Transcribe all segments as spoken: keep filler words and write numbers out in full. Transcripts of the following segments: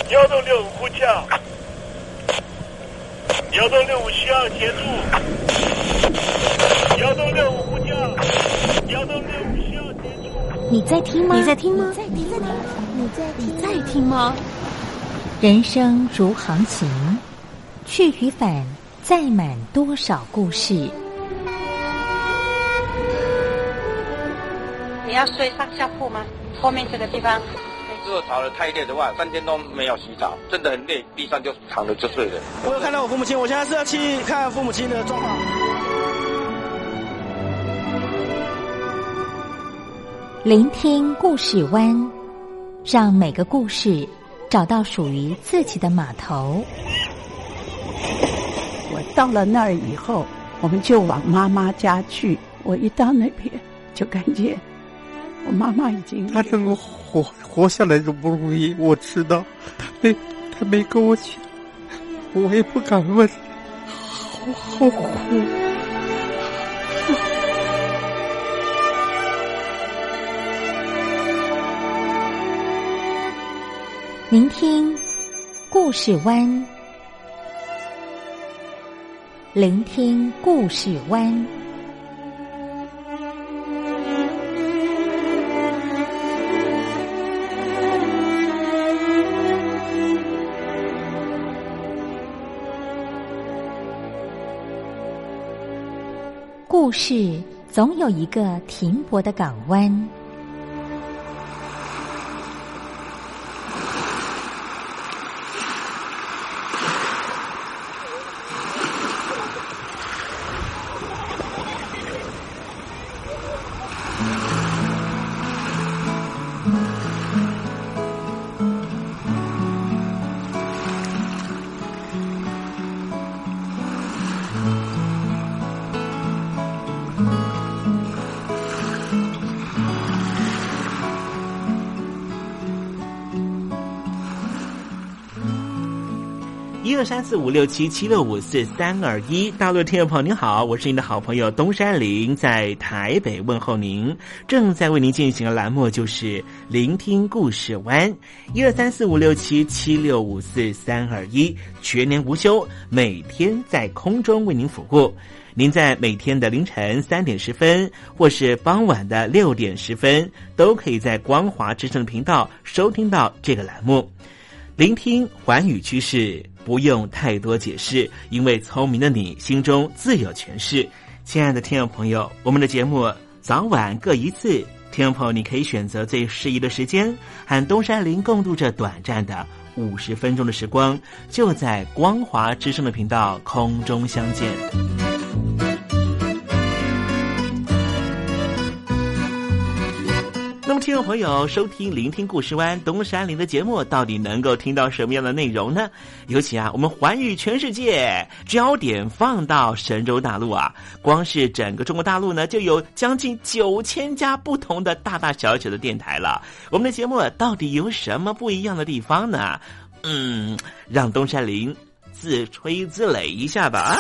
幺洞六五呼叫，幺洞六五需要协助，幺洞六五呼叫，幺洞六五需要协助。 你在听吗？ 你在听吗？ 你在听吗？ 你在听？你在听吗？ 人生如航行，去与返，载满多少故事。 你要睡上下铺吗？后面这个地方。 如果吵得太累的话，三天都没有洗澡，真的很累，地上就躺着就睡了。 我有看到我父母亲，我现在是要去看父母亲的状况。 聆听故事湾，让每个故事找到属于自己的码头。 我到了那儿以后，我们就往妈妈家去。我一到那边，就感觉我妈妈已经她能够活活下来都不容易，我知道，她没她没跟我讲，我也不敢问，好好苦。 聆听故事湾，聆听故事湾。故事总有一个停泊的港湾。 一二三四五六七七六五四三二一，大陆的听众朋友您好，我是您的好朋友东山林，在台北问候您。正在为您进行的栏目就是聆听故事湾，一二三四五六七七六五四三二一，全年无休，每天在空中为您服务。您在每天的凌晨三点十分，或是傍晚的六点十分，都可以在光华之声频道收听到这个栏目。聆听寰宇趋势，不用太多解释，因为聪明的你心中自有诠释。亲爱的听众朋友，我们的节目早晚各一次，听众朋友你可以选择最适宜的时间，和东山林共度这短暂的五十分钟的时光，就在光华之声的频道空中相见。那么听众朋友，收听聆听故事湾东山林的节目，到底能够听到什么样的内容呢？尤其啊，我们寰宇全世界，焦点放到神州大陆啊，光是整个中国大陆呢，就有将近九千家不同的大大小小的电台了。我们的节目到底有什么不一样的地方呢？嗯，让东山林自吹自擂一下吧。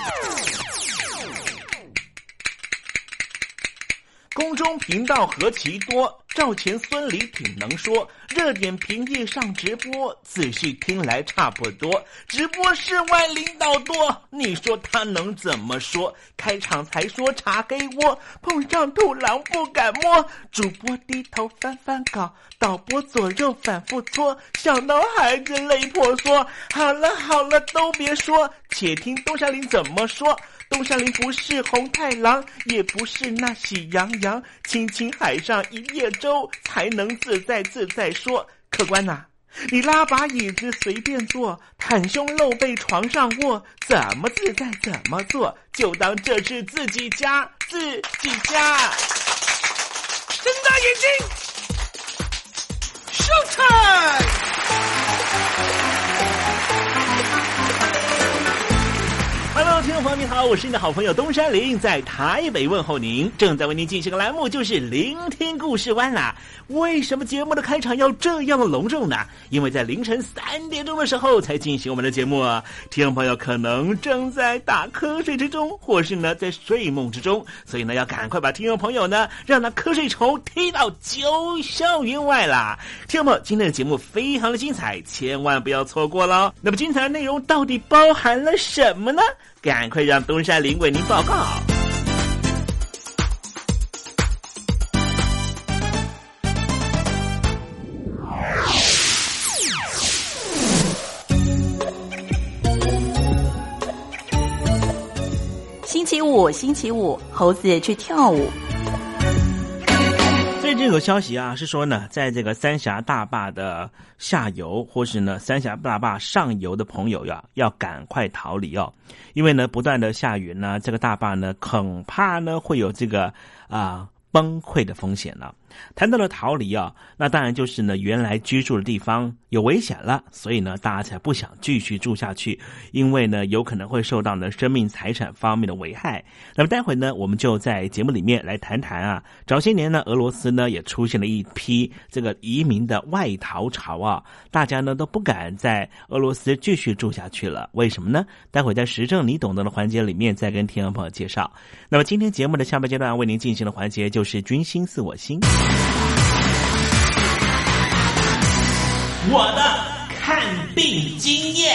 空中频道何其多，赵钱孙李挺能说，热点平地上直播，仔细听来差不多。直播室外领导多，你说他能怎么说？开场才说茶黑窝，碰上土狼不敢摸。主播低头翻翻稿，导播左右反复搓，想到孩子泪婆娑。好了好了，都别说，且听东山林怎么说。东山林不是红太狼，也不是那喜羊羊，亲亲海上一叶舟，才能自在自在说。客官呐、啊，你拉把椅子随便坐，袒胸露背床上卧，怎么自在怎么做，就当这是自己家，自己家。睁大眼睛 ，Show time！Hello， 听众朋朋友你好，我是你的好朋友东山林，在台北问候您。正在为您进行的栏目就是聆听故事湾啦。为什么节目的开场要这样的隆重呢？因为在凌晨三点钟的时候才进行我们的节目啊。听众朋友可能正在打瞌睡之中，或是呢在睡梦之中，所以呢要赶快把听众朋友呢让那瞌睡虫踢到九霄云外啦。听众朋友，今天的节目非常的精彩，千万不要错过了。那么精彩的内容到底包含了什么呢？赶快让东山林为您报告。 星期五，星期五，猴子去跳舞。 最近有消息啊，是说呢，在这个三峡大坝的下游，或是呢三峡大坝上游的朋友呀，要赶快逃离哦，因为呢不断的下雨呢，这个大坝呢恐怕呢会有这个啊。崩溃的风险了。谈到了逃离啊，那当然就是呢原来居住的地方有危险了，所以呢大家才不想继续住下去，因为呢有可能会受到呢生命财产方面的危害。那么待会呢我们就在节目里面来谈谈啊，早些年呢俄罗斯呢也出现了一批这个移民的外逃潮啊，大家呢都不敢在俄罗斯继续住下去了，为什么呢？待会在时政你懂得的环节里面再跟听众朋友介绍。那么今天节目的下半阶段为您进行的环节就是军心似我心， 我的看病经验。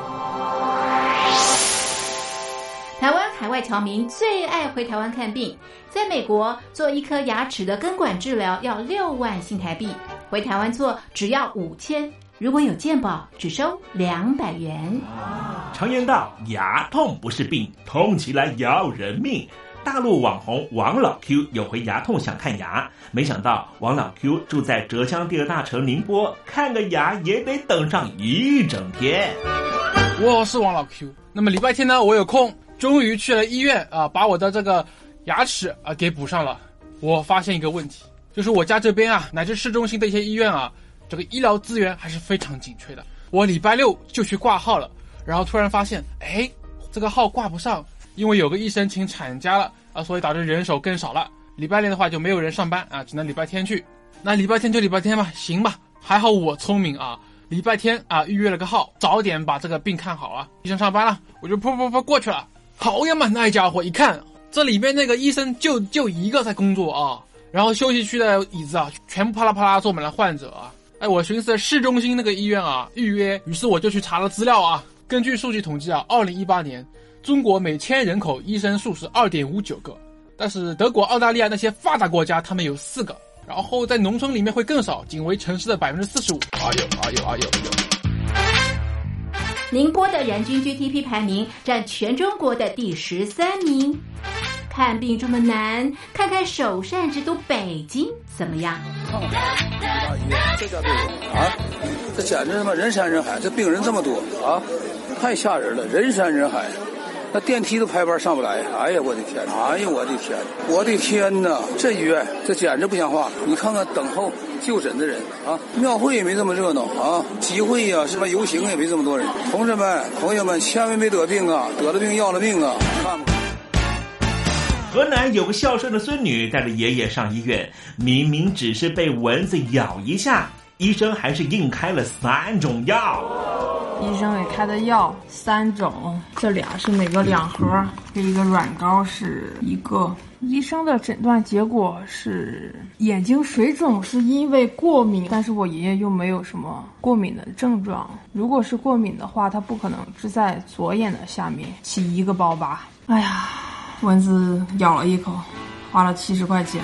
台湾海外侨民最爱回台湾看病，在美国做一颗牙齿的根管治疗要六万新台币，回台湾做只要五千，如果有健保只收两百元。 常言道，牙痛不是病，痛起来要人命。大陆网红王老 Q 有回牙痛想看牙，没想到王老 Q 住在浙江第二大城宁波，看个牙也得等上一整天。 我是王老 Q， 那么礼拜天呢，我有空，终于去了医院啊，把我的这个牙齿啊给补上了。我发现一个问题，就是我家这边啊，乃至市中心的一些医院啊，这个医疗资源还是非常紧缺的。我礼拜六就去挂号了，然后突然发现，哎，这个号挂不上。因为有个医生请产假了啊，所以导致人手更少了。礼拜六的话就没有人上班啊，只能礼拜天去。那礼拜天就礼拜天吧，行吧。还好我聪明啊，礼拜天啊预约了个号，早点把这个病看好了。医生上班了，我就噗噗噗过去了。好呀嘛，那家伙一看，这里面那个医生就就一个在工作啊，然后休息区的椅子啊，全部啪啦啪啦坐满了患者啊。哎，我寻思市中心那个医院啊预约，于是我就去查了资料啊。根据数据统计啊，二零一八年。中国每千人口医生数是 二点五九 个，但是德国、澳大利亚那些发达国家他们有四个，然后在农村里面会更少，仅为城市的 百分之四十五。 哎呦哎呦哎呦哎呦！ 宁波的人均 G D P 排名占全中国的第十三名。看病这么难，看看首善之都北京怎么样？ 这家病啊，这简直他妈人山人海，这病人这么多啊，太吓人了，人山人海。那电梯都排班上不来，哎呀我的天，哎呀我的天，我的天哪！这医院这简直不像话。你看看等候就诊的人啊，庙会也没这么热闹啊，集会呀、啊、什么游行也没这么多人。同志们朋友们，千万别得病啊，得了病要了命啊！看吧。 河南有个孝顺的孙女带着爷爷上医院，明明只是被蚊子咬一下，医生还是硬开了三种药。 医生给开的药三种，这俩是每个两盒，这一个软膏是一个。医生的诊断结果是眼睛水肿是因为过敏，但是我爷爷又没有什么过敏的症状。如果是过敏的话，他不可能只在左眼的下面起一个包疤。哎呀，蚊子咬了一口，花了七十块钱。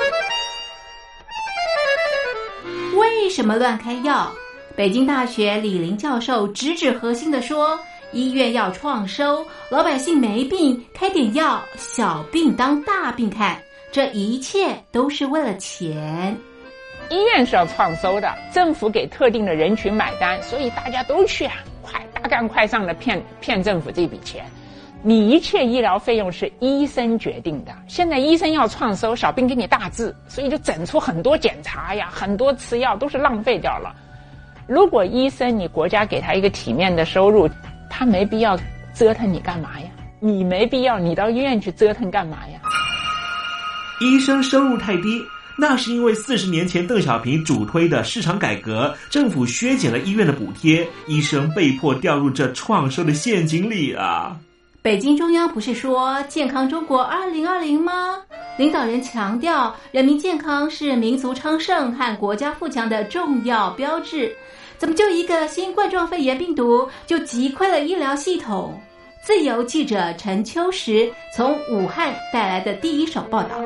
为什么乱开药？北京大学李林教授直指核心地说，医院要创收，老百姓没病开点药，小病当大病看，这一切都是为了钱。 医院是要创收的，政府给特定的人群买单，所以大家都去啊，快大干快上的骗骗政府这笔钱。你一切医疗费用是医生决定的，现在医生要创收，小病给你大治，所以就整出很多检查呀，很多吃药都是浪费掉了。如果医生你国家给他一个体面的收入，他没必要折腾你干嘛呀？ 你没必要，你到医院去折腾干嘛呀？ 医生收入太低，那是因为四十年前邓小平主推的市场改革，政府削减了医院的补贴，医生被迫掉入这创收的陷阱里啊。 北京中央不是说健康中国二零二零吗？领导人强调人民健康是民族昌盛和国家富强的重要标志，怎么就一个新冠状肺炎病毒就击溃了医疗系统？自由记者陈秋实从武汉带来的第一手报道。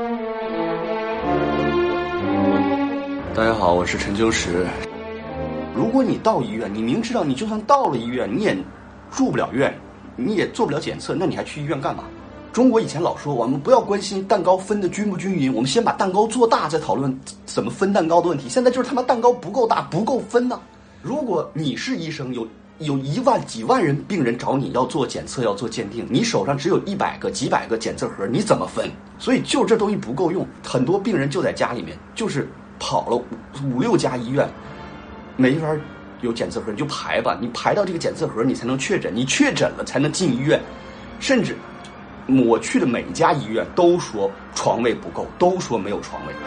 大家好，我是陈秋实。如果你到医院，你明知道你就算到了医院，你也住不了院，你也做不了检测，那你还去医院干嘛？中国以前老说我们不要关心蛋糕分的均不均匀，我们先把蛋糕做大再讨论怎么分蛋糕的问题。现在就是他妈蛋糕不够大，不够分呢、啊。如果你是医生，有有一万几万人病人找你要做检测要做鉴定，你手上只有一百个几百个检测盒，你怎么分？所以就这东西不够用，很多病人就在家里面，就是跑了五五六家医院，没法有检测盒，你就排吧，你排到这个检测盒你才能确诊，你确诊了才能进医院。甚至我去的每一家医院都说床位不够，都说没有床位。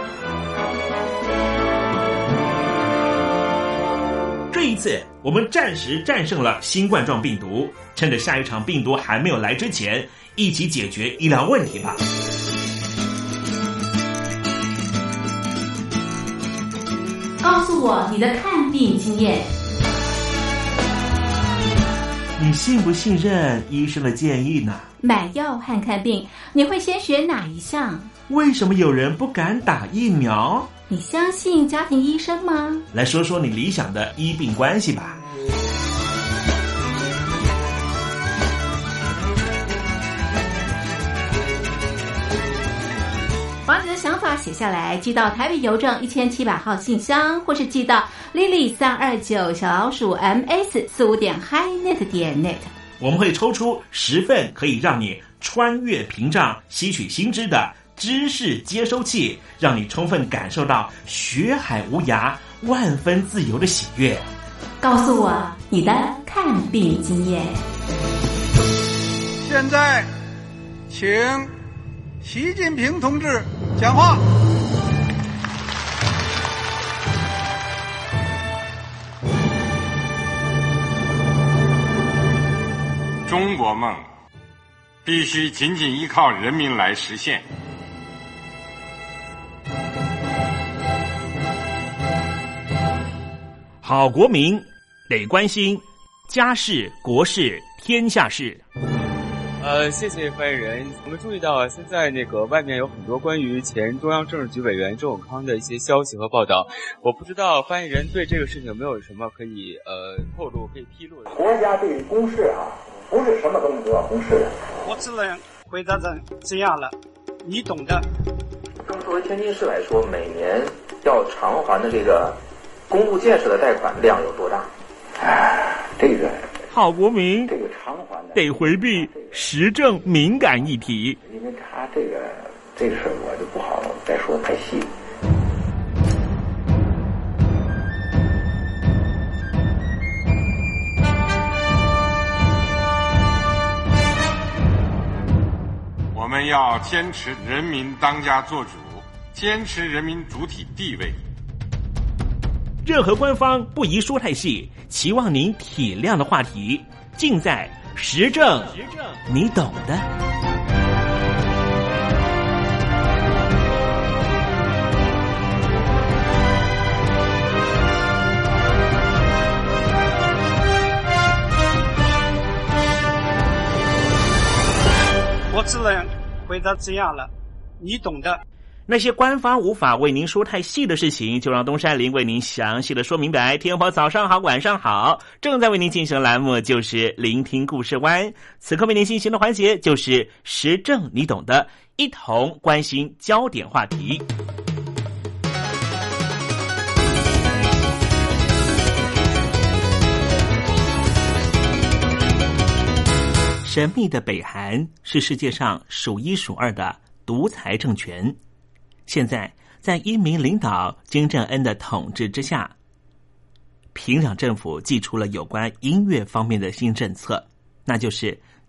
这一次我们暂时战胜了新冠状病毒，趁着下一场病毒还没有来之前，一起解决医疗问题吧。 告诉我你的看病经验。 你信不信任医生的建议呢？ 买药和看病，你会先选哪一项？ 为什么有人不敢打疫苗？ 你相信家庭医生吗？ 来说说你理想的医病关系吧。 把你的想法写下来，寄到台北邮政一千七百号信箱，或是寄到 Lily 三二九小老鼠 M S 四五点 highnet 点 net。 我们会抽出十份可以让你穿越屏障、吸取新知的知识接收器，让你充分感受到学海无涯、万分自由的喜悦。 告诉我你的看病经验。 现在，请习近平同志讲话。 中国梦必须紧紧依靠人民来实现。 好国民得关心家事、国事、天下事。 呃，谢谢发言人。我们注意到现在那个外面有很多关于前中央政治局委员周永康的一些消息和报道，我不知道发言人对这个事情有没有什么可以呃透露、可以披露的。 国家对于公事啊，不是什么东西都要公示的。 我只能回答成这样了，你懂的。 那么作为天津市来说，每年要偿还的这个公路建设的贷款量有多大？哎，这个好国民这个偿还的得回避时政敏感议题， 因为他这个这个事儿我就不好再说的太细。 我们要坚持人民当家作主，坚持人民主体地位。 任何官方不宜说太细，期望您体谅的话题，尽在时政，你懂的。 我只能回答这样了，你懂的。 那些官方无法为您说太细的事情，就让东山林为您详细的说明白。天婆早上好，晚上好，正在为您进行的栏目就是聆听故事湾，此刻为您进行的环节就是时政你懂的，一同关心焦点话题。神秘的北韩是世界上数一数二的独裁政权。现在在英明领导金正恩的统治之下，平壤政府祭出了有关音乐方面的新政策，那就是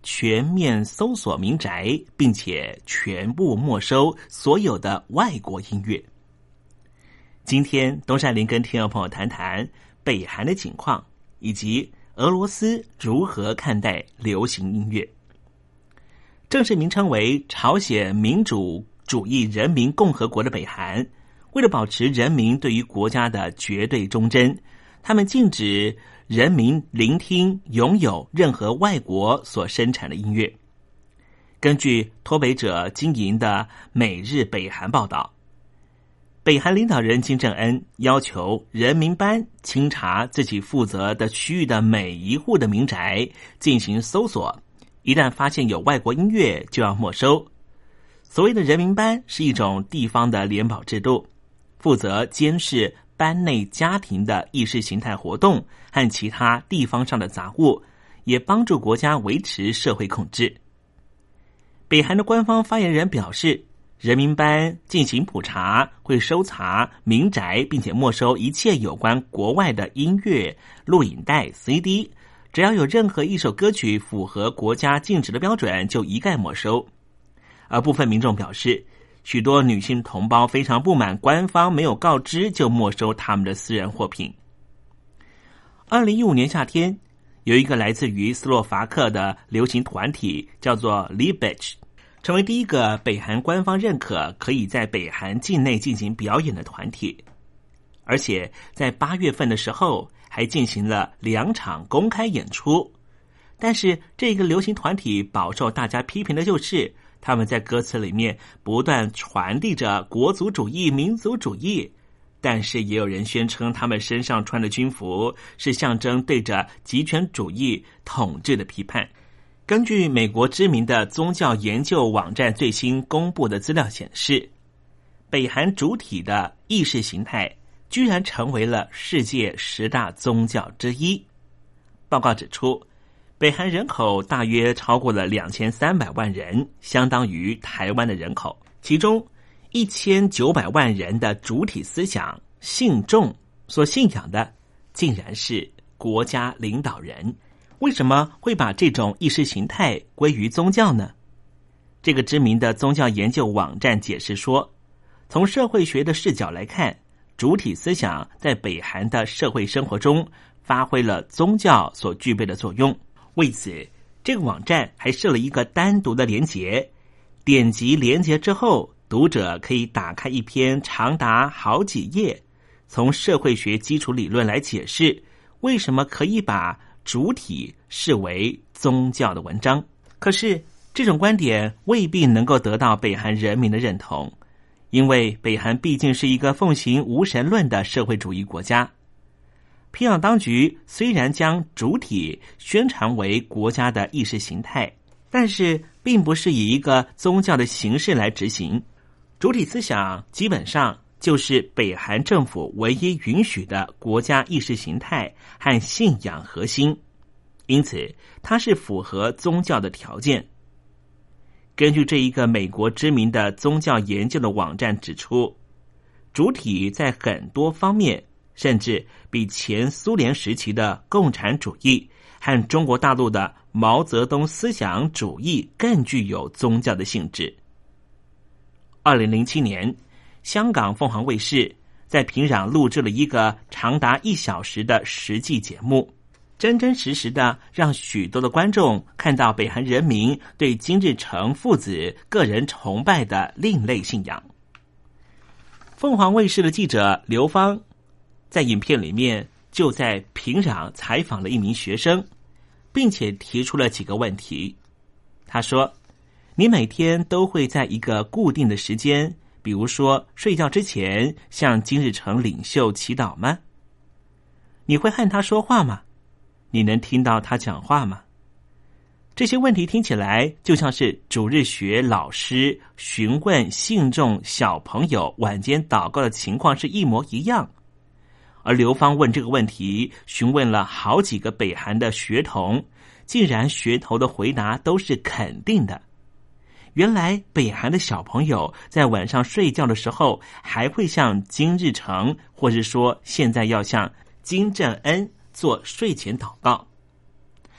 全面搜索民宅，并且全部没收所有的外国音乐。今天东山林跟听众朋友谈谈北韩的情况，以及俄罗斯如何看待流行音乐。正式名称为朝鲜民主主义人民共和国的北韩，为了保持人民对于国家的绝对忠贞，他们禁止人民聆听、拥有任何外国所生产的音乐。根据脱北者经营的每日北韩报道，北韩领导人金正恩要求人民班清查自己负责的区域的每一户的民宅，进行搜索，一旦发现有外国音乐就要没收。所谓的人民班是一种地方的联保制度，负责监视班内家庭的意识形态活动和其他地方上的杂物，也帮助国家维持社会控制。北韩的官方发言人表示，人民班进行普查，会搜查民宅，并且没收一切有关国外的音乐、录影带、C D， 只要有任何一首歌曲符合国家禁止的标准，就一概没收。而部分民众表示，许多女性同胞非常不满官方没有告知就没收他们的私人货品。二零一五年夏天，有一个来自于斯洛伐克的流行团体叫做 Libech， 成为第一个北韩官方认可可以在北韩境内进行表演的团体，而且在八月份的时候还进行了两场公开演出。但是这个流行团体饱受大家批评的就是他们在歌词里面不断传递着国族主义、民族主义，但是也有人宣称他们身上穿的军服是象征对着极权主义统治的批判。根据美国知名的宗教研究网站最新公布的资料显示，北韩主体的意识形态居然成为了世界十大宗教之一。报告指出，北韩人口大约超过了两千三百万人，相当于台湾的人口。其中一千九百万人的主体思想信众所信仰的，竟然是国家领导人。为什么会把这种意识形态归于宗教呢？这个知名的宗教研究网站解释说，从社会学的视角来看，主体思想在北韩的社会生活中发挥了宗教所具备的作用。为此，这个网站还设了一个单独的连结，点击连结之后，读者可以打开一篇长达好几页，从社会学基础理论来解释为什么可以把主体视为宗教的文章。可是这种观点未必能够得到北韩人民的认同，因为北韩毕竟是一个奉行无神论的社会主义国家。平壤当局虽然将主体宣传为国家的意识形态，但是并不是以一个宗教的形式来执行。主体思想基本上就是北韩政府唯一允许的国家意识形态和信仰核心，因此它是符合宗教的条件。根据这一个美国知名的宗教研究的网站指出，主体在很多方面甚至比前苏联时期的共产主义和中国大陆的毛泽东思想主义更具有宗教的性质。二零零七年，香港凤凰卫视在平壤录制了一个长达一小时的实际节目，真真实实的让许多的观众看到北韩人民对金日成父子个人崇拜的另类信仰。凤凰卫视的记者刘芳在影片里面就在平壤采访了一名学生，并且提出了几个问题。他说，你每天都会在一个固定的时间，比如说睡觉之前向金日成领袖祈祷吗？你会和他说话吗？你能听到他讲话吗？这些问题听起来就像是主日学老师询问信众小朋友晚间祷告的情况是一模一样。而刘芳问这个问题，询问了好几个北韩的学童，竟然学童的回答都是肯定的。原来北韩的小朋友在晚上睡觉的时候，还会向金日成，或是说现在要向金正恩做睡前祷告。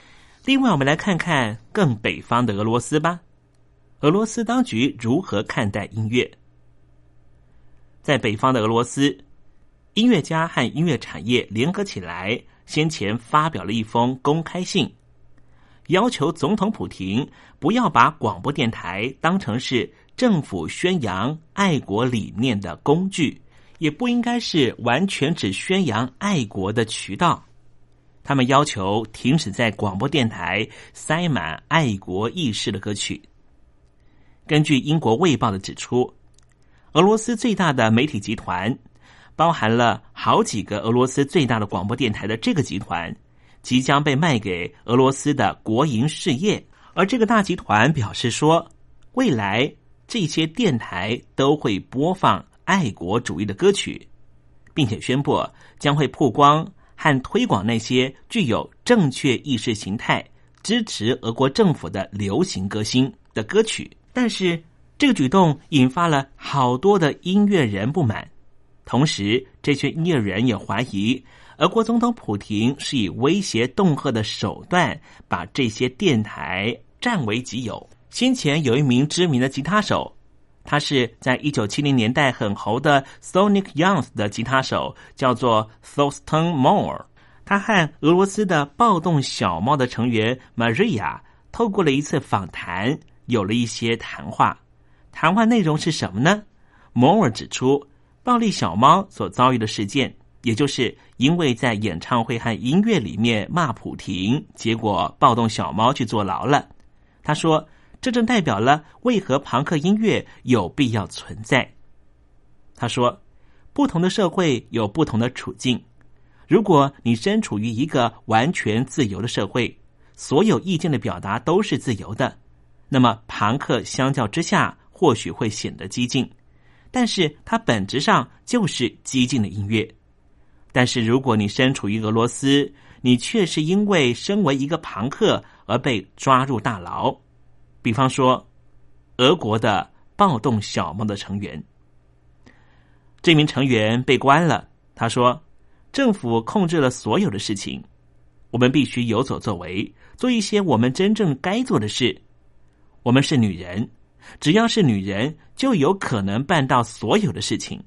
另外，我们来看看更北方的俄罗斯吧。俄罗斯当局如何看待音乐？在北方的俄罗斯，音乐家和音乐产业联合起来，先前发表了一封公开信，要求总统普廷不要把广播电台当成是政府宣扬爱国理念的工具，也不应该是完全只宣扬爱国的渠道。他们要求停止在广播电台塞满爱国意识的歌曲。根据英国卫报的指出，俄罗斯最大的媒体集团，包含了好几个俄罗斯最大的广播电台的这个集团，即将被卖给俄罗斯的国营事业。而这个大集团表示说，未来这些电台都会播放爱国主义的歌曲，并且宣布将会曝光和推广那些具有正确意识形态、支持俄国政府的流行歌星的歌曲。但是这个举动引发了好多的音乐人不满，同时这些音乐人也怀疑俄国总统普廷是以威胁恫吓的手段把这些电台占为己有。先前有一名知名的吉他手，他是在一九七零年代很红的 Sonic Youth 的吉他手，叫做 Thorsten Moore。 他和俄罗斯的暴动小猫的成员 Maria 透过了一次访谈有了一些谈话。谈话内容是什么呢？ Moore 指出，暴力小猫所遭遇的事件，也就是因为在演唱会和音乐里面骂普廷，结果暴动小猫去坐牢了。他说，这正代表了为何朋克音乐有必要存在。他说，不同的社会有不同的处境，如果你身处于一个完全自由的社会，所有意见的表达都是自由的，那么朋克相较之下或许会显得激进，但是它本质上就是激进的音乐。但是如果你身处于俄罗斯，你却是因为身为一个朋克而被抓入大牢，比方说俄国的暴动小猫的成员。这名成员被关了，他说，政府控制了所有的事情，我们必须有所作为，做一些我们真正该做的事。我们是女人，只要是女人就有可能办到所有的事情。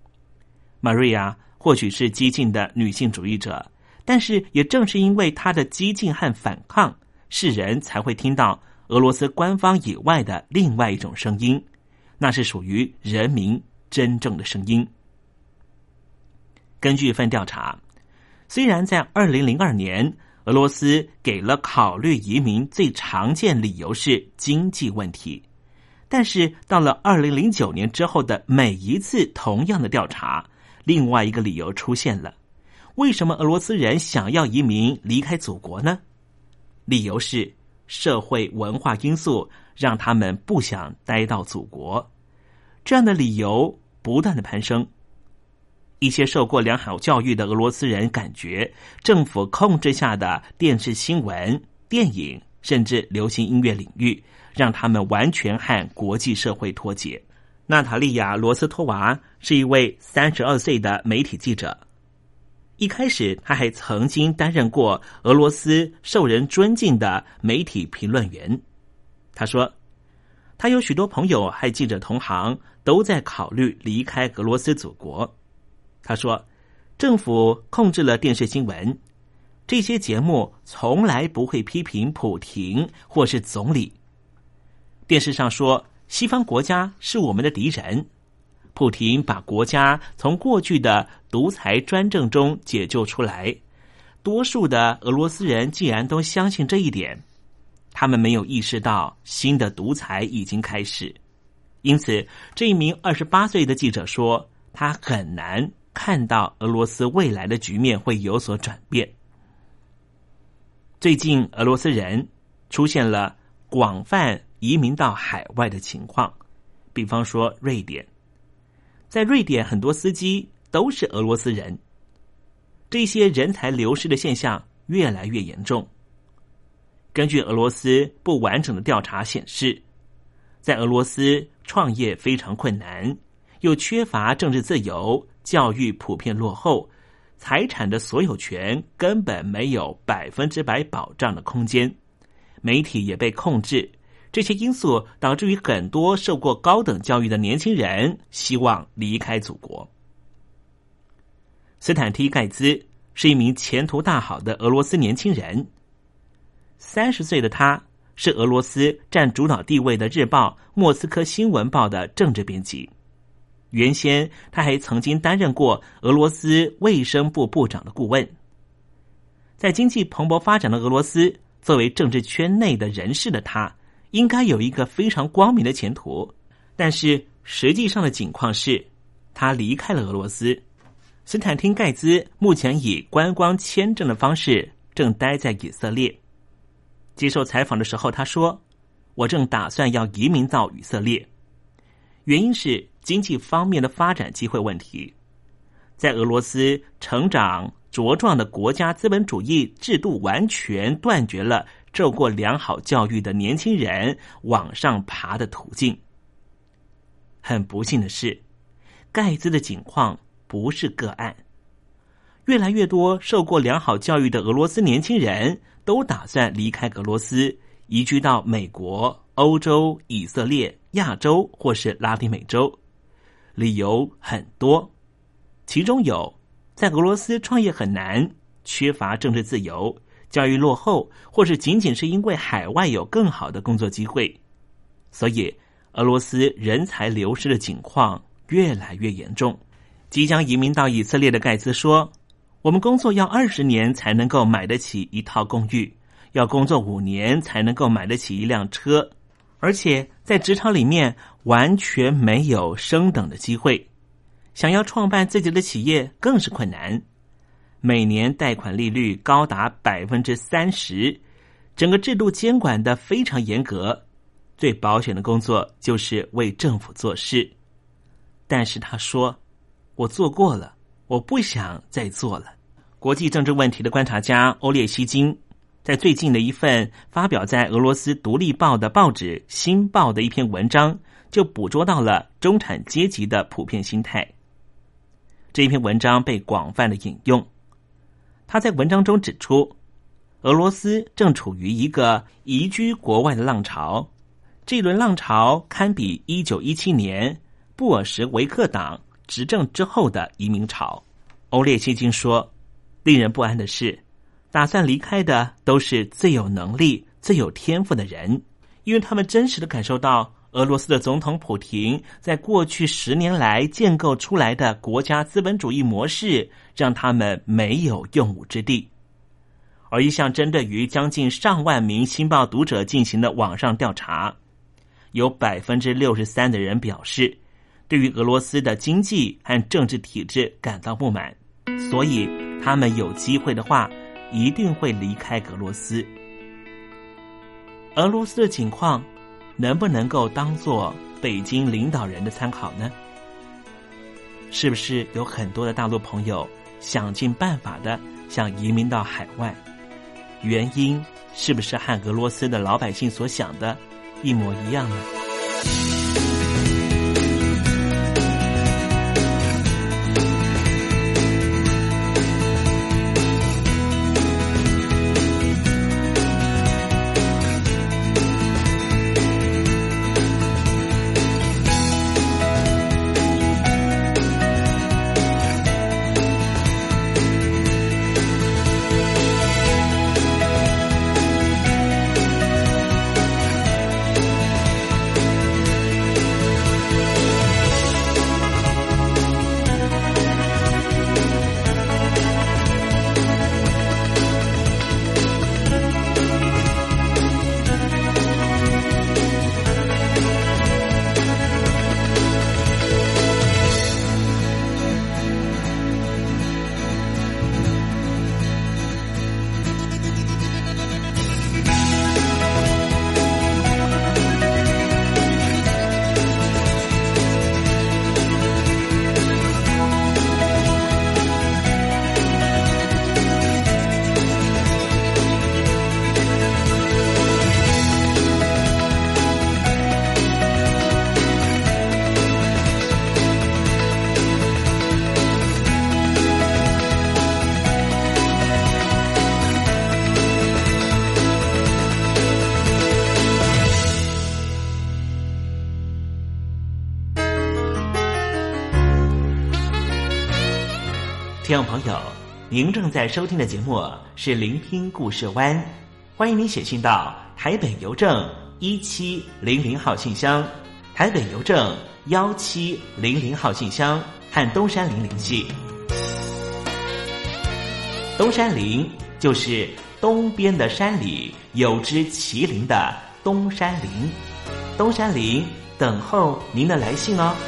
Maria 或许是激进的女性主义者，但是也正是因为她的激进和反抗，世人才会听到俄罗斯官方以外的另外一种声音，那是属于人民真正的声音。根据一份调查，虽然在二零零二年俄罗斯给了考虑移民最常见理由是经济问题，但是到了二零零九年之后的每一次同样的调查，另外一个理由出现了。为什么俄罗斯人想要移民离开祖国呢？理由是社会文化因素让他们不想待到祖国。这样的理由不断的攀升。一些受过良好教育的俄罗斯人感觉政府控制下的电视新闻、电影甚至流行音乐领域让他们完全和国际社会脱节。娜塔莉亚·罗斯托娃是一位三十二岁的媒体记者，一开始他还曾经担任过俄罗斯受人尊敬的媒体评论员。他说，他有许多朋友和记者同行都在考虑离开俄罗斯祖国。他说，政府控制了电视新闻，这些节目从来不会批评普廷或是总理。电视上说西方国家是我们的敌人，普廷把国家从过去的独裁专政中解救出来，多数的俄罗斯人既然都相信这一点，他们没有意识到新的独裁已经开始。因此这一名二十八岁的记者说，他很难看到俄罗斯未来的局面会有所转变。最近俄罗斯人出现了广泛移民到海外的情况，比方说瑞典。在瑞典很多司机都是俄罗斯人，这些人才流失的现象越来越严重。根据俄罗斯不完整的调查显示，在俄罗斯创业非常困难，又缺乏政治自由，教育普遍落后，财产的所有权根本没有百分之百保障的空间。 媒体也被控制，这些因素导致于很多受过高等教育的年轻人希望离开祖国。斯坦提盖兹是一名前途大好的俄罗斯年轻人，三十岁的他是俄罗斯占主导地位的日报《莫斯科新闻报》的政治编辑。原先他还曾经担任过俄罗斯卫生部部长的顾问。在经济蓬勃发展的俄罗斯，作为政治圈内的人士的他，应该有一个非常光明的前途。但是实际上的情况是，他离开了俄罗斯。斯坦汀盖兹目前以观光签证的方式正待在以色列。接受采访的时候他说，我正打算要移民到以色列，原因是经济方面的发展机会问题。在俄罗斯成长茁壮的国家资本主义制度完全断绝了受过良好教育的年轻人往上爬的途径。很不幸的是，盖兹的情况不是个案，越来越多受过良好教育的俄罗斯年轻人都打算离开俄罗斯，移居到美国、欧洲、以色列、亚洲或是拉丁美洲。理由很多，其中有在俄罗斯创业很难，缺乏政治自由，教育落后，或是仅仅是因为海外有更好的工作机会。所以俄罗斯人才流失的情况越来越严重。即将移民到以色列的盖茨说，我们工作要二十年才能够买得起一套公寓，要工作五年才能够买得起一辆车，而且在职场里面完全没有升等的机会，想要创办自己的企业更是困难。每年贷款利率高达百分之三十，整个制度监管的非常严格。最保险的工作就是为政府做事。但是他说，我做过了，我不想再做了。国际政治问题的观察家欧列希金在最近的一份发表在俄罗斯独立报的报纸《新报》的一篇文章，就捕捉到了中产阶级的普遍心态。这一篇文章被广泛的引用。他在文章中指出，俄罗斯正处于一个移居国外的浪潮，这一轮浪潮堪比一九一七年布尔什维克党执政之后的移民潮。欧列希金说，令人不安的是，打算离开的都是最有能力、最有天赋的人，因为他们真实的感受到俄罗斯的总统普廷在过去十年来建构出来的国家资本主义模式，让他们没有用武之地。而一项针对于将近上万名新报读者进行的网上调查，有百分之六十三的人表示，对于俄罗斯的经济和政治体制感到不满，所以他们有机会的话，一定会离开俄罗斯。俄罗斯的情况能不能够当作北京领导人的参考呢？是不是有很多的大陆朋友想尽办法的想移民到海外？原因是不是和俄罗斯的老百姓所想的一模一样呢？ 听众朋友，您正在收听的节目是聆听故事湾，欢迎您写信到台北邮政一七零零号信箱，台北邮政幺七零零号信箱，和东山林联系。东山林就是东边的山里有只麒麟的东山林，东山林等候您的来信哦。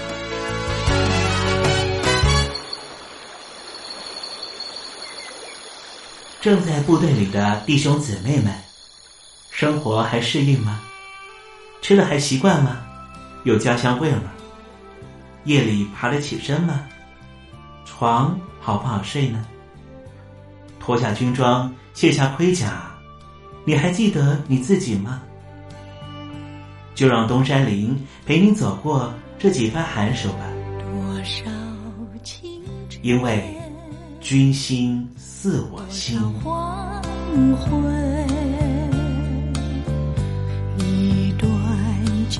正在部队里的弟兄姊妹们，生活还适应吗？吃的还习惯吗？有家乡味吗？夜里爬得起身吗？床好不好睡呢？脱下军装，卸下盔甲，你还记得你自己吗？就让东山林陪您走过这几番寒暑吧。多少情，因为君心似我心。黄昏，一段旧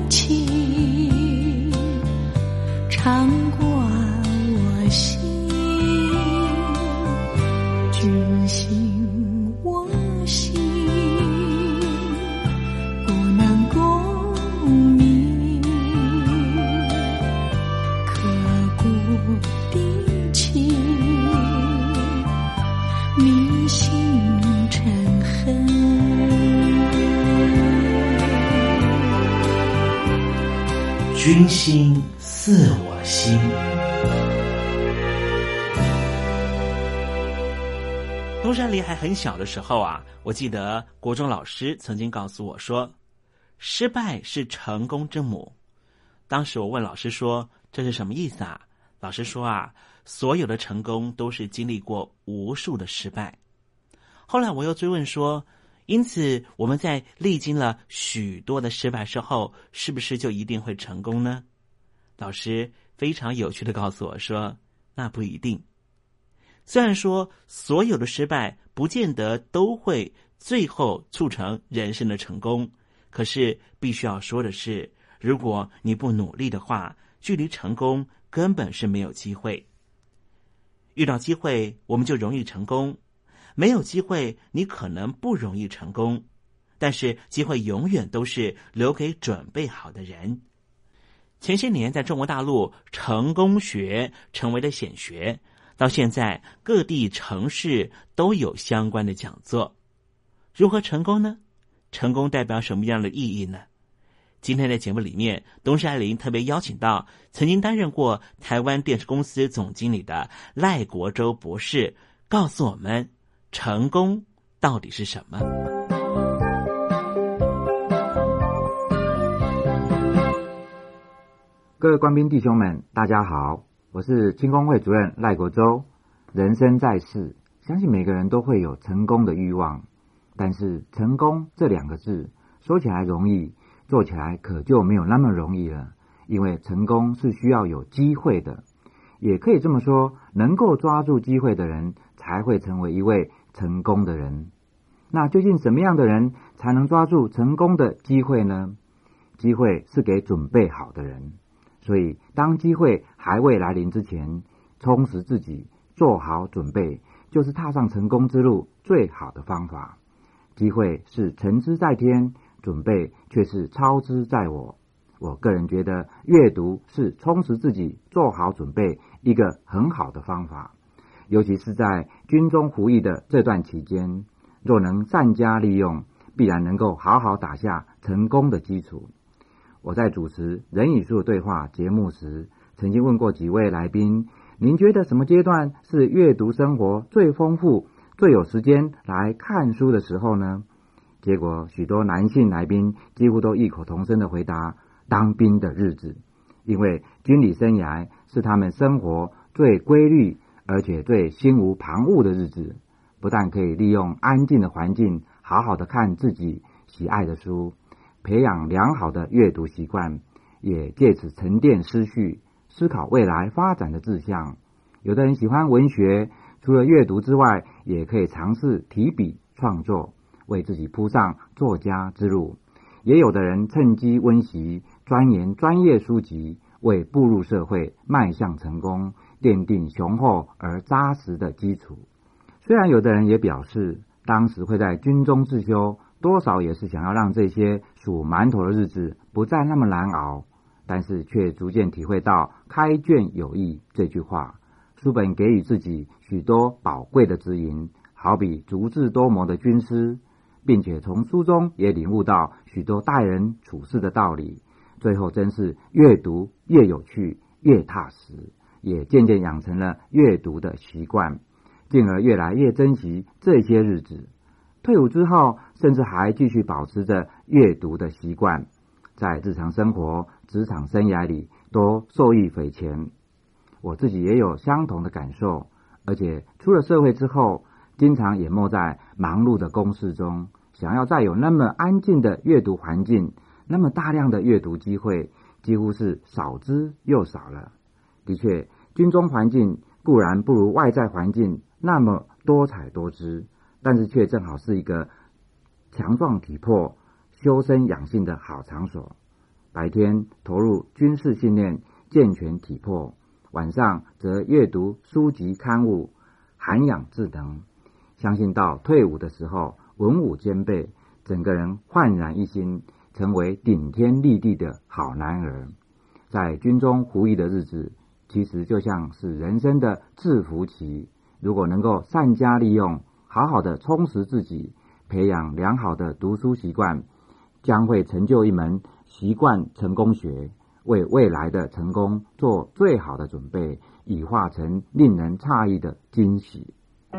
情常挂我心，君心我心，不能共鸣，刻骨的情，铭心成恨。君心似我心。东山林还很小的时候啊，我记得国中老师曾经告诉我说，失败是成功之母。当时我问老师说，这是什么意思啊？老师说啊，所有的成功都是经历过无数的失败。后来我又追问说，因此我们在历经了许多的失败之后，是不是就一定会成功呢？老师非常有趣的告诉我说，那不一定。虽然说所有的失败不见得都会最后促成人生的成功，可是必须要说的是，如果你不努力的话，距离成功根本是没有机会。遇到机会我们就容易成功，没有机会你可能不容易成功，但是机会永远都是留给准备好的人。前些年在中国大陆，成功学成为了显学，到现在各地城市都有相关的讲座。如何成功呢？成功代表什么样的意义呢？今天的节目里面，东山林特别邀请到曾经担任过台湾电视公司总经理的赖国洲博士，告诉我们成功到底是什么。 各位官兵弟兄们，大家好，我是青工会主任赖国洲。人生在世，相信每个人都会有成功的欲望，但是成功这两个字说起来容易，做起来可就没有那么容易了。因为成功是需要有机会的，也可以这么说，能够抓住机会的人才会成为一位成功的人。那究竟什么样的人才能抓住成功的机会呢？机会是给准备好的人，所以当机会还未来临之前，充实自己，做好准备，就是踏上成功之路最好的方法。机会是成之在天，准备却是操之在我。我个人觉得阅读是充实自己，做好准备一个很好的方法，尤其是在军中服役的这段期间，若能善加利用，必然能够好好打下成功的基础。我在主持人与树对话节目时，曾经问过几位来宾，您觉得什么阶段是阅读生活最丰富、最有时间来看书的时候呢？结果许多男性来宾几乎都异口同声的回答，当兵的日子，因为军旅生涯是他们生活最规律而且最心无旁骛的日子，不但可以利用安静的环境好好的看自己喜爱的书，培养良好的阅读习惯，也借此沉淀思绪，思考未来发展的志向。有的人喜欢文学，除了阅读之外，也可以尝试提笔创作，为自己铺上作家之路。也有的人趁机温习，钻研专业书籍，为步入社会迈向成功奠定雄厚而扎实的基础。虽然有的人也表示，当时会在军中自修，多少也是想要让这些数馒头的日子不再那么难熬，但是却逐渐体会到开卷有益这句话。书本给予自己许多宝贵的指引，好比足智多谋的军师，并且从书中也领悟到许多待人处事的道理。最后真是越读越有趣，越踏实，也渐渐养成了阅读的习惯，进而越来越珍惜这些日子。退伍之后，甚至还继续保持着阅读的习惯，在日常生活、职场生涯里都受益匪浅。我自己也有相同的感受，而且出了社会之后，经常淹没在忙碌的公事中，想要再有那么安静的阅读环境，那么大量的阅读机会，几乎是少之又少了。的确，军中环境固然不如外在环境那么多彩多姿，但是却正好是一个强壮体魄、修身养性的好场所。白天投入军事训练，健全体魄，晚上则阅读书籍刊物，涵养智能。相信到退伍的时候，文武兼备，整个人焕然一新，成为顶天立地的好男儿。在军中服役的日子，其实就像是人生的制服期，如果能够善加利用，好好的充实自己，培养良好的读书习惯，将会成就一门习惯成功学，为未来的成功做最好的准备，以化成令人诧异的惊喜。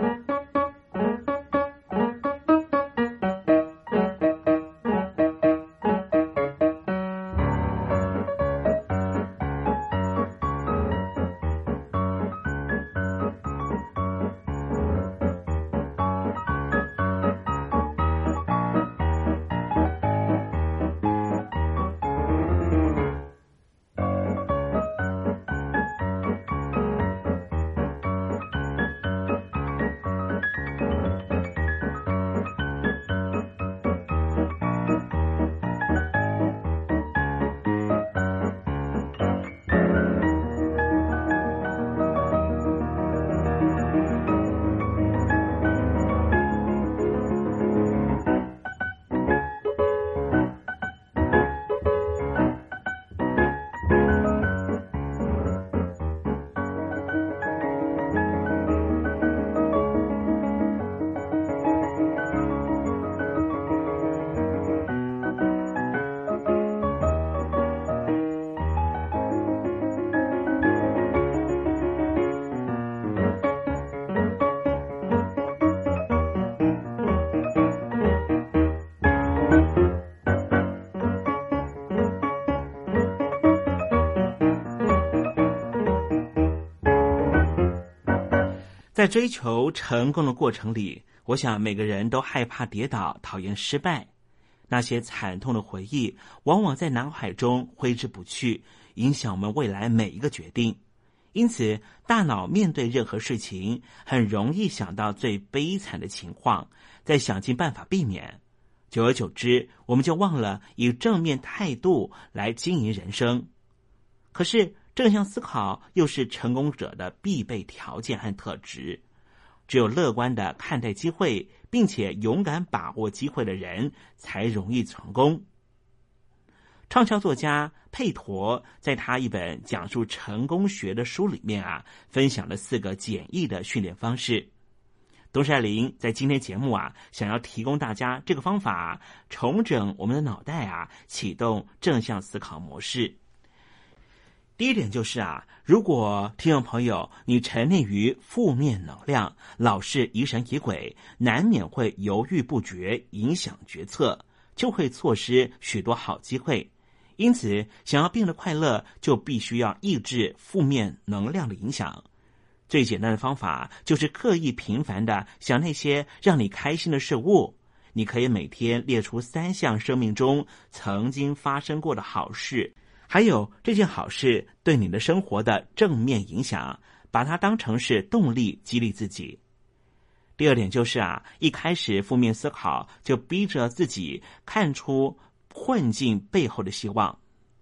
在追求成功的过程里，我想每个人都害怕跌倒，讨厌失败。那些惨痛的回忆往往在脑海中挥之不去，影响我们未来每一个决定。因此，大脑面对任何事情很容易想到最悲惨的情况，再想尽办法避免。久而久之，我们就忘了以正面态度来经营人生。可是正向思考又是成功者的必备条件和特质。只有乐观的看待机会，并且勇敢把握机会的人，才容易成功。畅销作家佩陀在他一本讲述成功学的书里面啊，分享了四个简易的训练方式。东山林在今天节目啊，想要提供大家这个方法，重整我们的脑袋啊，启动正向思考模式。第一点就是啊，如果听众朋友你沉溺于负面能量，老是疑神疑鬼，难免会犹豫不决，影响决策，就会错失许多好机会。因此，想要变得快乐，就必须要抑制负面能量的影响。最简单的方法就是刻意频繁的想那些让你开心的事物。你可以每天列出三项生命中曾经发生过的好事，还有这件好事对你的生活的正面影响，把它当成是动力激励自己。第二点就是啊，一开始负面思考就逼着自己看出困境背后的希望。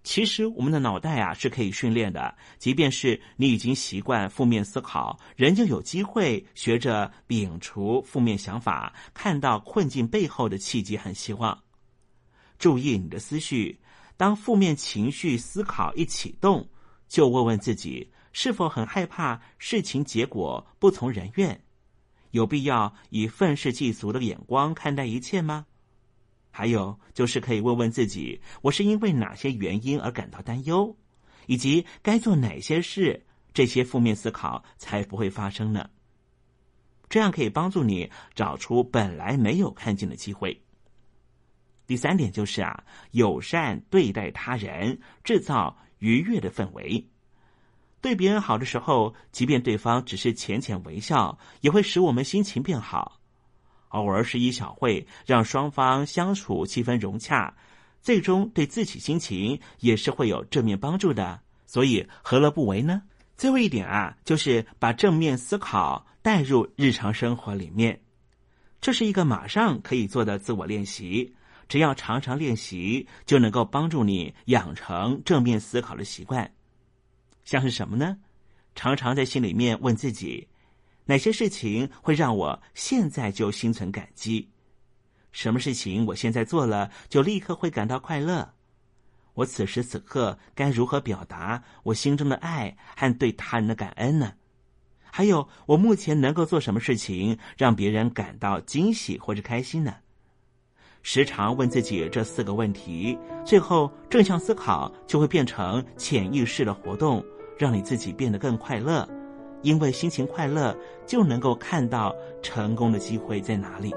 其实我们的脑袋啊是可以训练的，即便是你已经习惯负面思考，仍旧有机会学着摒除负面想法，看到困境背后的契机和希望。注意你的思绪，当负面情绪思考一启动，就问问自己是否很害怕事情结果不从人愿，有必要以愤世嫉俗的眼光看待一切吗？还有就是可以问问自己，我是因为哪些原因而感到担忧，以及该做哪些事，这些负面思考才不会发生呢？这样可以帮助你找出本来没有看见的机会。第三点就是啊，友善对待他人，制造愉悦的氛围。对别人好的时候，即便对方只是浅浅微笑，也会使我们心情变好。偶尔是一小会，让双方相处气氛融洽，最终对自己心情也是会有正面帮助的，所以何乐不为呢？最后一点啊，就是把正面思考带入日常生活里面，这是一个马上可以做的自我练习，只要常常练习，就能够帮助你养成正面思考的习惯。像是什么呢？常常在心里面问自己，哪些事情会让我现在就心存感激？什么事情我现在做了就立刻会感到快乐？我此时此刻该如何表达我心中的爱和对他人的感恩呢？还有，我目前能够做什么事情让别人感到惊喜或者开心呢？时常问自己这四个问题，最后正向思考就会变成潜意识的活动，让你自己变得更快乐。因为心情快乐，就能够看到成功的机会在哪里。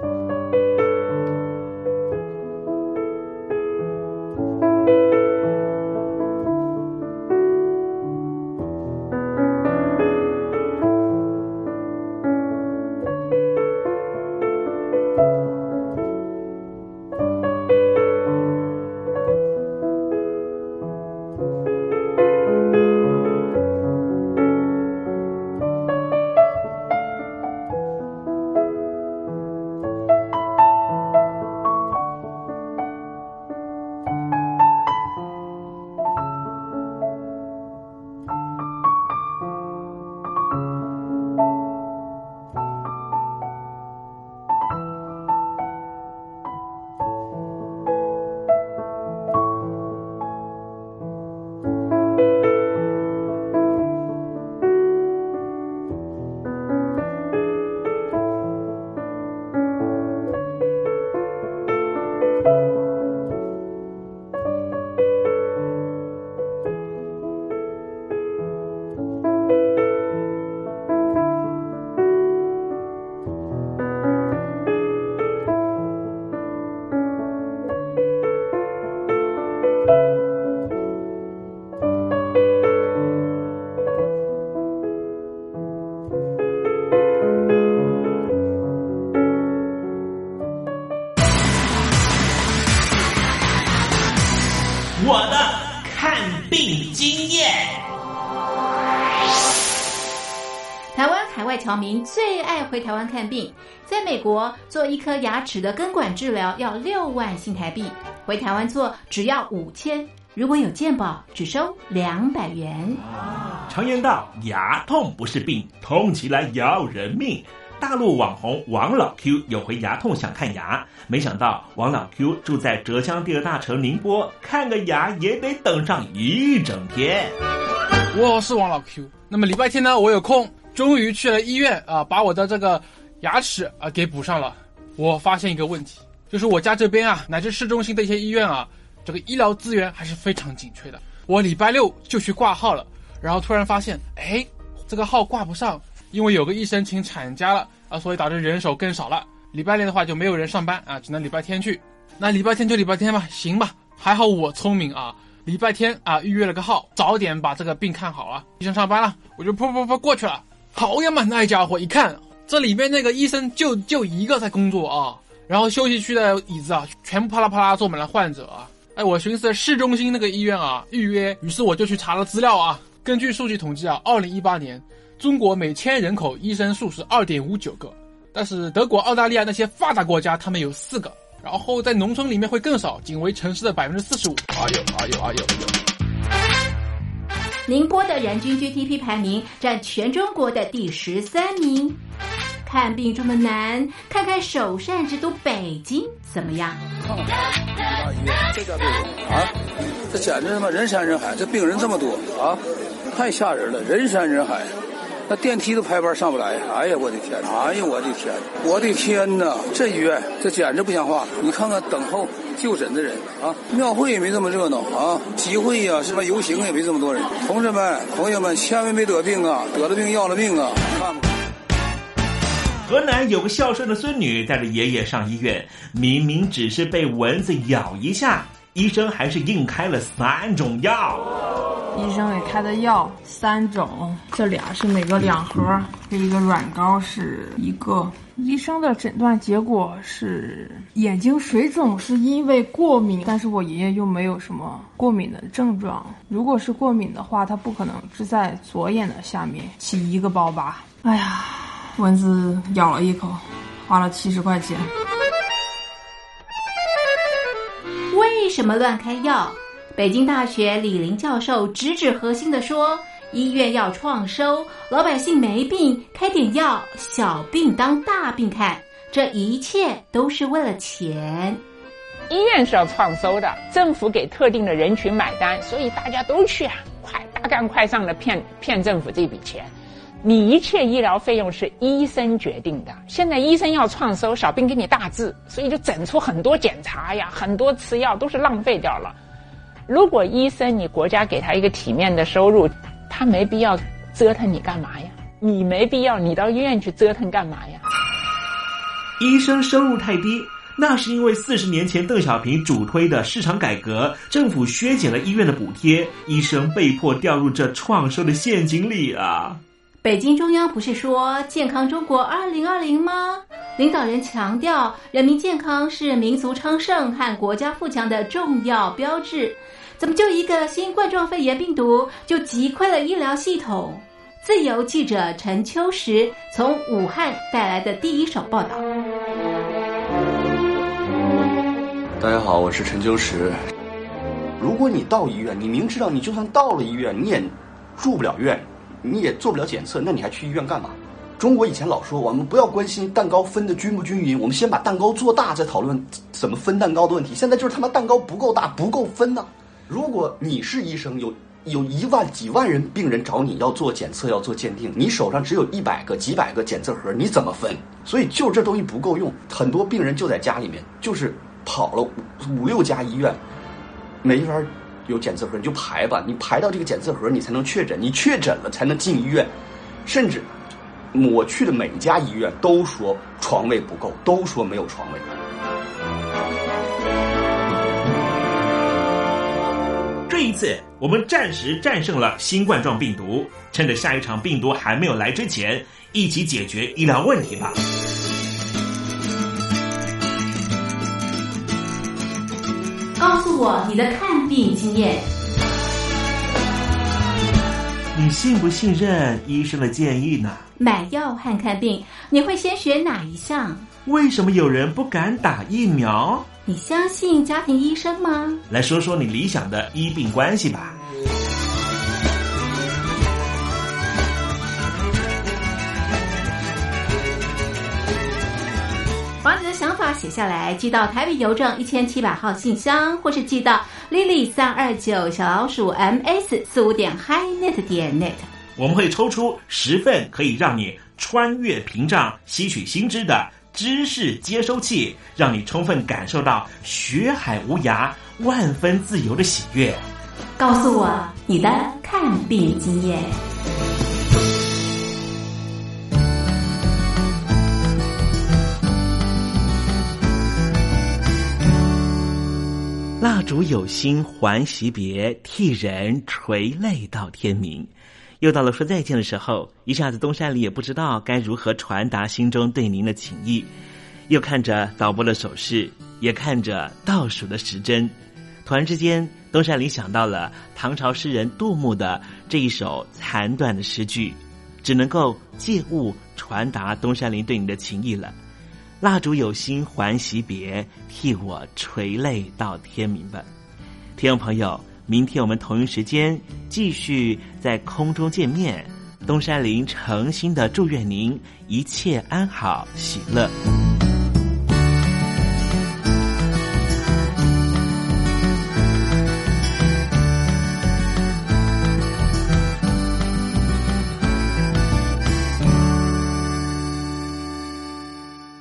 我的看病经验。 台湾海外侨民最爱回台湾看病，在美国做一颗牙齿的根管治疗要六万新台币，回台湾做只要五千，如果有健保只收两百元。 常言道，牙痛不是病，痛起来要人命。大陆网红王老 Q 有回牙痛想看牙，没想到王老 Q 住在浙江第二大城宁波，看个牙也得等上一整天。 我是王老 Q， 那么礼拜天呢，我有空，终于去了医院啊，把我的这个牙齿啊给补上了。我发现一个问题，就是我家这边啊，乃至市中心的一些医院啊，这个医疗资源还是非常紧缺的。我礼拜六就去挂号了，然后突然发现，哎，这个号挂不上。因为有个医生请产假了啊，所以导致人手更少了。礼拜六的话就没有人上班啊，只能礼拜天去。那礼拜天就礼拜天吧，行吧。还好我聪明啊，礼拜天啊预约了个号，早点把这个病看好了。医生上班了，我就噗噗噗过去了。好呀嘛，那家伙一看，这里面那个医生就就一个在工作啊，然后休息区的椅子啊，全部啪啦啪啦坐满了患者啊。哎，我寻思市中心那个医院啊预约，于是我就去查了资料啊。根据数据统计啊，二零一八年。中国每千人口医生数是 二点五九 个，但是德国、澳大利亚那些发达国家他们有四个，然后在农村里面会更少，仅为城市的 百分之四十五。哎呦哎呦哎呦哎呦！ 宁波的人均 G D P 排名占全中国的第十三名。看病这么难，看看首善之都北京怎么样？ 这家病啊，这简直他妈人山人海，这病人这么多啊，太吓人了，人山人海。那电梯都排班上不来，哎呀，我的天！哎呀，我的天！我的天哪！这医院这简直不像话！你看看等候就诊的人啊，庙会也没这么热闹啊，集会呀、啊，什么游行也没这么多人。同志们、朋友们，千万别得病啊！得了病要了命啊！看吧。 河南有个孝顺的孙女带着爷爷上医院，明明只是被蚊子咬一下，医生还是硬开了三种药。 医生给开的药三种，这俩是每个两盒，这一个软膏是一个。医生的诊断结果是眼睛水肿是因为过敏，但是我爷爷又没有什么过敏的症状。如果是过敏的话，他不可能是在左眼的下面起一个包疤。哎呀，蚊子咬了一口，花了七十块钱。 为什么乱开药？北京大学李林教授直指核心地说，医院要创收，老百姓没病，开点药，小病当大病看，这一切都是为了钱。 医院是要创收的，政府给特定的人群买单，所以大家都去啊，快大干快上的骗骗政府这笔钱。你一切医疗费用是医生决定的，现在医生要创收，小病给你大治，所以就整出很多检查呀，很多吃药都是浪费掉了。如果医生你国家给他一个体面的收入，他没必要折腾你干嘛呀？你没必要你到医院去折腾干嘛呀？ 医生收入太低，那是因为四十年前邓小平主推的市场改革，政府削减了医院的补贴，医生被迫掉入这创收的陷阱里啊。 北京中央不是说健康中国二零二零吗？领导人强调人民健康是民族昌盛和国家富强的重要标志，怎么就一个新冠状肺炎病毒就击溃了医疗系统？自由记者陈秋实从武汉带来的第一手报道。 大家好，我是陈秋实。如果你到医院，你明知道你就算到了医院，你也住不了院，你也做不了检测，那你还去医院干嘛？中国以前老说我们不要关心蛋糕分的均不均匀，我们先把蛋糕做大再讨论怎么分蛋糕的问题。现在就是他妈蛋糕不够大，不够分呢、啊。如果你是医生，有有一万几万人病人找你要做检测要做鉴定，你手上只有一百个几百个检测盒，你怎么分？所以就这东西不够用，很多病人就在家里面，就是跑了五六家医院，没法有检测盒，你就排吧，你排到这个检测盒你才能确诊，你确诊了才能进医院。甚至我去的每一家医院都说床位不够，都说没有床位。 这一次我们暂时战胜了新冠状病毒，趁着下一场病毒还没有来之前，一起解决医疗问题吧。 告诉我你的看病经验。 你信不信任医生的建议呢？ 买药和看病，你会先选哪一项？ 为什么有人不敢打疫苗？ 你相信家庭医生吗？ 来说说你理想的医病关系吧。 把你的想法写下来，寄到台北邮政一千七百号信箱，或是寄到 Lily 三二九小老鼠 M S 四五点 highnet 点 net。 我们会抽出十份可以让你穿越屏障、吸取新知的知识接收器，让你充分感受到学海无涯、万分自由的喜悦。 告诉我你的看病经验。 蜡烛有心还惜别，替人垂泪到天明。又到了说再见的时候，一下子东山里也不知道该如何传达心中对您的情意。又看着导播的手势，也看着倒数的时针，突然之间，东山里想到了唐朝诗人杜牧的这一首残短的诗句，只能够借物传达东山林对你的情意了。蜡烛有心还惜别，替我垂泪到天明吧。听众朋友， 明天我们同一时间继续在空中见面。东山林诚心的祝愿您一切安好喜乐。